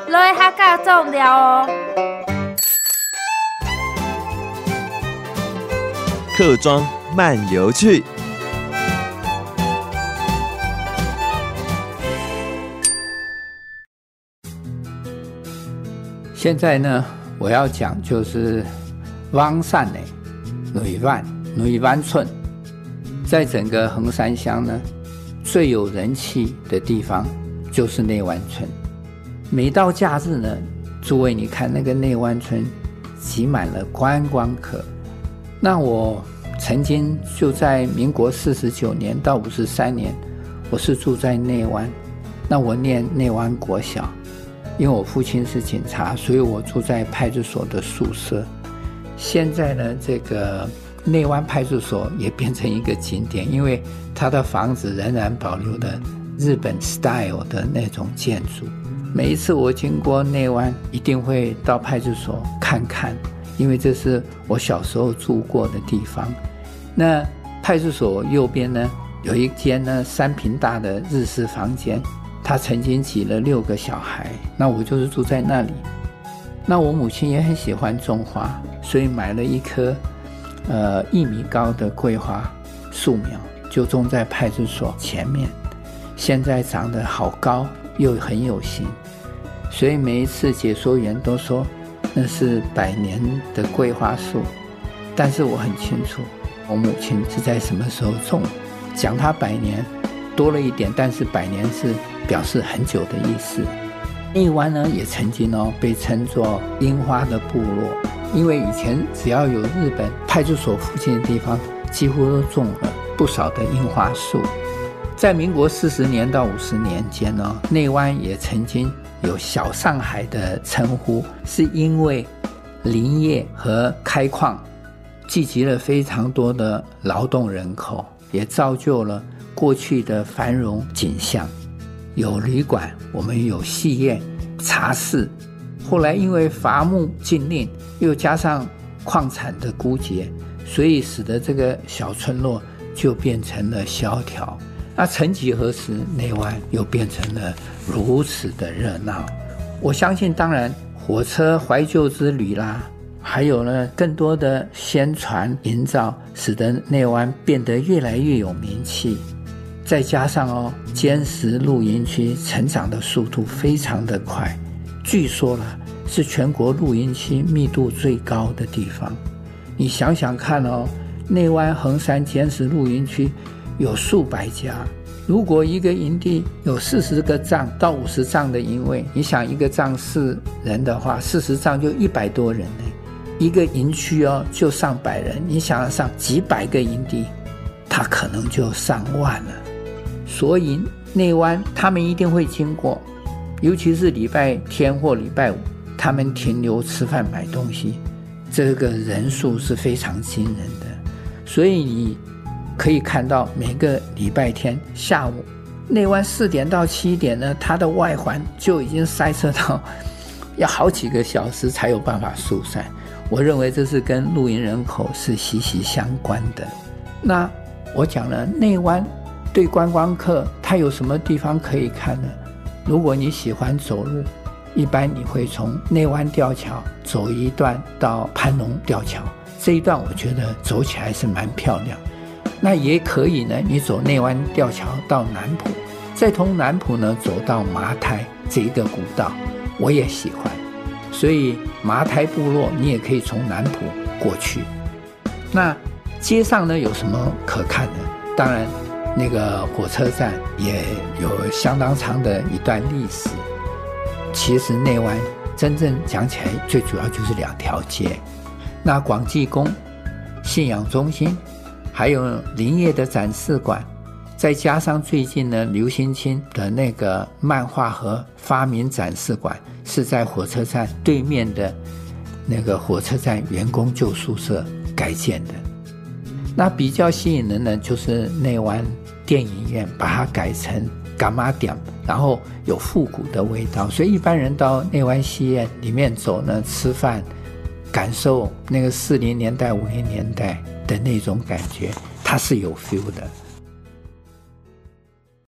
会较较重要哦。 客庄漫游去。 现在呢，我要讲就是汪山的女湾村，在整个横山乡呢，最有人气的地方就是内湾村。每到假日呢，诸位你看那个内湾村挤满了观光客。那我曾经就在民国49年到53年，我是住在内湾，那我念内湾国小。因为我父亲是警察，所以我住在派出所的宿舍。现在呢，这个内湾派出所也变成一个景点，因为它的房子仍然保留了日本 style 的那种建筑。每一次我经过内湾，一定会到派出所看看，因为这是我小时候住过的地方。那派出所右边呢，有一间呢3坪大的日式房间，他曾经挤了6个小孩，那我就是住在那里。那我母亲也很喜欢种花，所以买了一棵1米高的桂花树苗，就种在派出所前面。现在长得好高，又很有型，所以每一次解说员都说那是100年的桂花树。但是我很清楚，我母亲是在什么时候种，讲它100年多了一点，但是100年是表示很久的意思。内湾呢也曾经被称作樱花的部落，因为以前只要有日本派出所附近的地方，几乎都种了不少的樱花树。在民国40年到50年间内湾也曾经有小上海的称呼，是因为林业和开矿聚集了非常多的劳动人口，也造就了过去的繁荣景象。有旅馆，我们有戏院、茶室，后来因为伐木禁令，又加上矿产的枯竭，所以使得这个小村落就变成了萧条。那曾几何时，内湾又变成了如此的热闹。我相信当然火车怀旧之旅啦，还有呢更多的宣传营造，使得内湾变得越来越有名气。再加上坚实露营区成长的速度非常的快，据说啦是全国露营区密度最高的地方。你想想看内湾横山坚实露营区有数百家，如果一个营地有40个帐到50帐的营位，你想一个帐4人的话，40帐就100多人呢。一个营区就上百人，你想上几百个营地，它可能就上万了。所以内湾他们一定会经过，尤其是礼拜天或礼拜5，他们停留吃饭买东西，这个人数是非常惊人的。所以你可以看到每个礼拜天下午内湾4点到7点呢，它的外环就已经塞车到要好几个小时才有办法疏散。我认为这是跟露营人口是息息相关的。那我讲了内湾对观光客它有什么地方可以看呢？如果你喜欢走路，一般你会从内湾吊桥走一段到潘龙吊桥，这一段我觉得走起来是蛮漂亮。那也可以呢，你走内湾吊桥到南埔，再从南埔呢走到麻台这一个古道，我也喜欢。所以麻台部落你也可以从南埔过去。那街上呢有什么可看的？当然那个火车站也有相当长的一段历史。其实内湾真正讲起来最主要就是2条街，那广济宫、信仰中心，还有林业的展示馆，再加上最近呢刘兴清的那个漫画和发明展示馆，是在火车站对面的那个火车站员工旧宿舍改建的。那比较吸引人的就是内湾电影院，把它改成柑仔店，然后有复古的味道，所以一般人到内湾戏院里面走呢，吃饭感受那个40年代50年代的那种感觉，它是有 feel 的。